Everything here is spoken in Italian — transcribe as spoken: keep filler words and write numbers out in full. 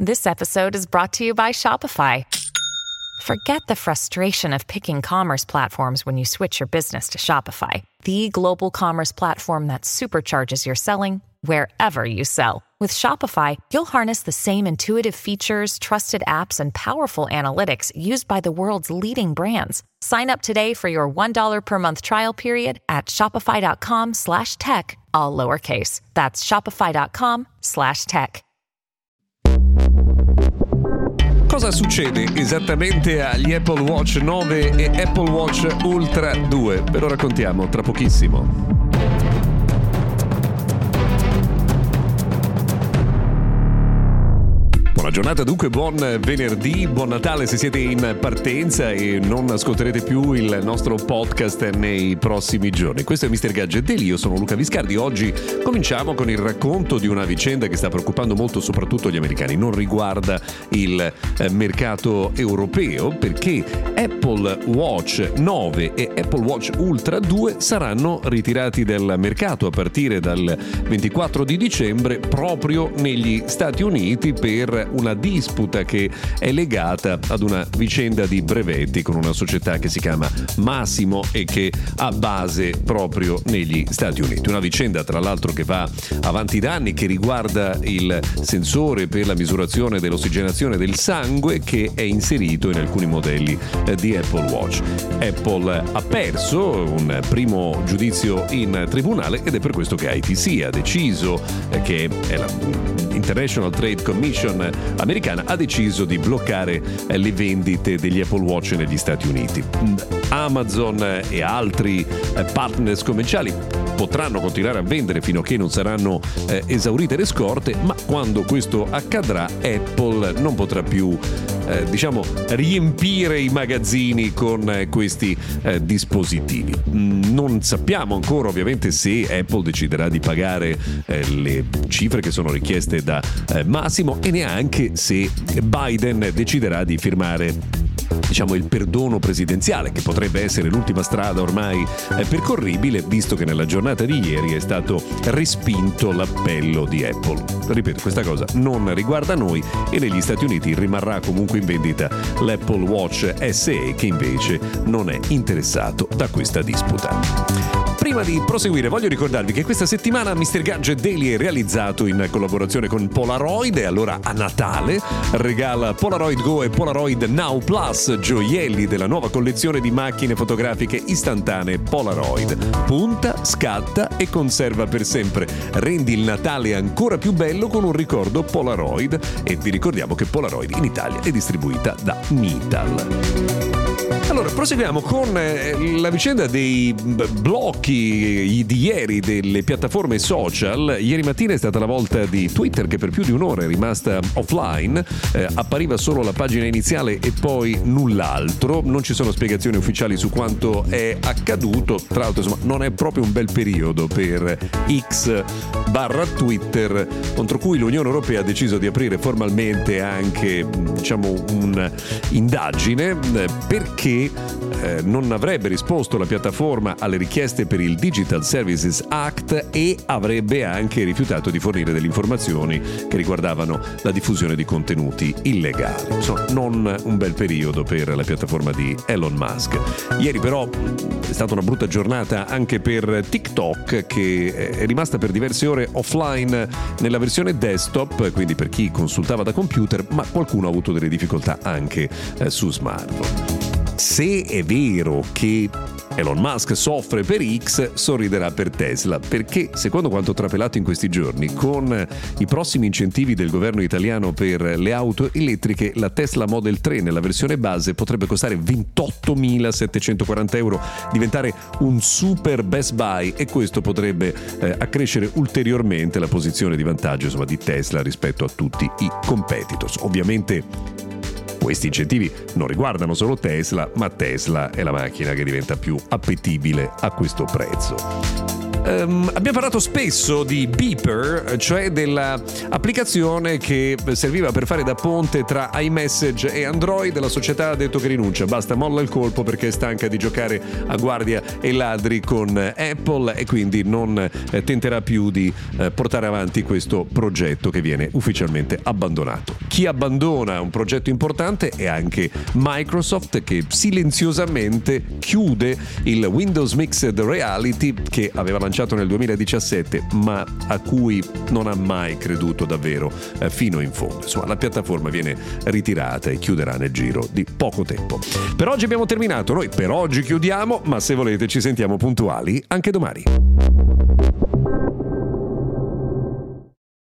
This episode is brought to you by Shopify. Forget the frustration of picking commerce platforms when you switch your business to Shopify, the global commerce platform that supercharges your selling wherever you sell. With Shopify, you'll harness the same intuitive features, trusted apps, and powerful analytics used by the world's leading brands. Sign up today for your one dollar per month trial period at shopify.com slash tech, all lowercase. That's shopify.com slash tech. Cosa succede esattamente agli Apple Watch nove e Apple Watch Ultra due? Ve lo raccontiamo tra pochissimo. Buona giornata, dunque buon venerdì, buon Natale se siete in partenza e non ascolterete più il nostro podcast nei prossimi giorni. Questo è mister Gadget Daily, io sono Luca Viscardi. Oggi cominciamo con il racconto di una vicenda che sta preoccupando molto soprattutto gli americani. Non riguarda il mercato europeo, perché Apple Watch nove e Apple Watch Ultra due saranno ritirati dal mercato a partire dal ventiquattro di dicembre proprio negli Stati Uniti per una disputa che è legata ad una vicenda di brevetti con una società che si chiama Masimo e che ha base proprio negli Stati Uniti. Una vicenda tra l'altro che va avanti da anni, che riguarda il sensore per la misurazione dell'ossigenazione del sangue che è inserito in alcuni modelli di Apple Watch. Apple ha perso un primo giudizio in tribunale ed è per questo che I T C ha deciso, che è la International Trade Commission americana, ha deciso di bloccare le vendite degli Apple Watch negli Stati Uniti. Amazon e altri partners commerciali potranno continuare a vendere fino a che non saranno eh, esaurite le scorte, ma quando questo accadrà Apple non potrà più eh, diciamo riempire i magazzini con eh, questi eh, dispositivi. Non sappiamo ancora ovviamente se Apple deciderà di pagare eh, le cifre che sono richieste da eh, Massimo e neanche se Biden deciderà di firmare diciamo il perdono presidenziale, che potrebbe essere l'ultima strada ormai eh, percorribile, visto che nella giornata di ieri è stato respinto l'appello di Apple. Ripeto, questa cosa non riguarda noi e negli Stati Uniti rimarrà comunque in vendita l'Apple Watch S E, che invece non è interessato da questa disputa. Prima di proseguire voglio ricordarvi che questa settimana mister Gadget Daily è realizzato in collaborazione con Polaroid e allora a Natale regala Polaroid Go e Polaroid Now Plus, gioielli della nuova collezione di macchine fotografiche istantanee Polaroid. Punta, scatta e conserva per sempre. Rendi il Natale ancora più bello con un ricordo Polaroid e vi ricordiamo che Polaroid in Italia è distribuita da Mital. Allora, proseguiamo con la vicenda dei blocchi di ieri delle piattaforme social. Ieri mattina è stata la volta di Twitter, che per più di un'ora è rimasta offline, eh, appariva solo la pagina iniziale e poi null'altro. Non ci sono spiegazioni ufficiali su quanto è accaduto. Tra l'altro, insomma, non è proprio un bel periodo per X barra Twitter, contro cui l'Unione Europea ha deciso di aprire formalmente anche, diciamo, un'indagine perché Eh, non avrebbe risposto la piattaforma alle richieste per il Digital Services Act e avrebbe anche rifiutato di fornire delle informazioni che riguardavano la diffusione di contenuti illegali. Insomma, non un bel periodo per la piattaforma di Elon Musk. Ieri però è stata una brutta giornata anche per TikTok, che è rimasta per diverse ore offline nella versione desktop, quindi per chi consultava da computer, ma qualcuno ha avuto delle difficoltà anche eh, su smartphone. Se è vero che Elon Musk soffre per X, sorriderà per Tesla, perché secondo quanto trapelato in questi giorni, con i prossimi incentivi del governo italiano per le auto elettriche, la Tesla Model tre nella versione base potrebbe costare ventottomilasettecentoquaranta euro, diventare un super best buy, e questo potrebbe eh, accrescere ulteriormente la posizione di vantaggio, insomma, di Tesla rispetto a tutti i competitors. Ovviamente questi incentivi non riguardano solo Tesla, ma Tesla è la macchina che diventa più appetibile a questo prezzo. Um, abbiamo parlato spesso di Beeper, cioè dell'applicazione che serviva per fare da ponte tra iMessage e Android. La società ha detto che rinuncia, basta, molla il colpo perché è stanca di giocare a guardia e ladri con Apple e quindi non eh, tenterà più di eh, portare avanti questo progetto che viene ufficialmente abbandonato. Chi chi abbandona un progetto importante è anche Microsoft, che silenziosamente chiude il Windows Mixed Reality che aveva lanciato nel duemiladiciassette, ma a cui non ha mai creduto davvero eh, fino in fondo. Insomma, la piattaforma viene ritirata e chiuderà nel giro di poco tempo. Per oggi abbiamo terminato, noi per oggi chiudiamo, ma se volete ci sentiamo puntuali anche domani.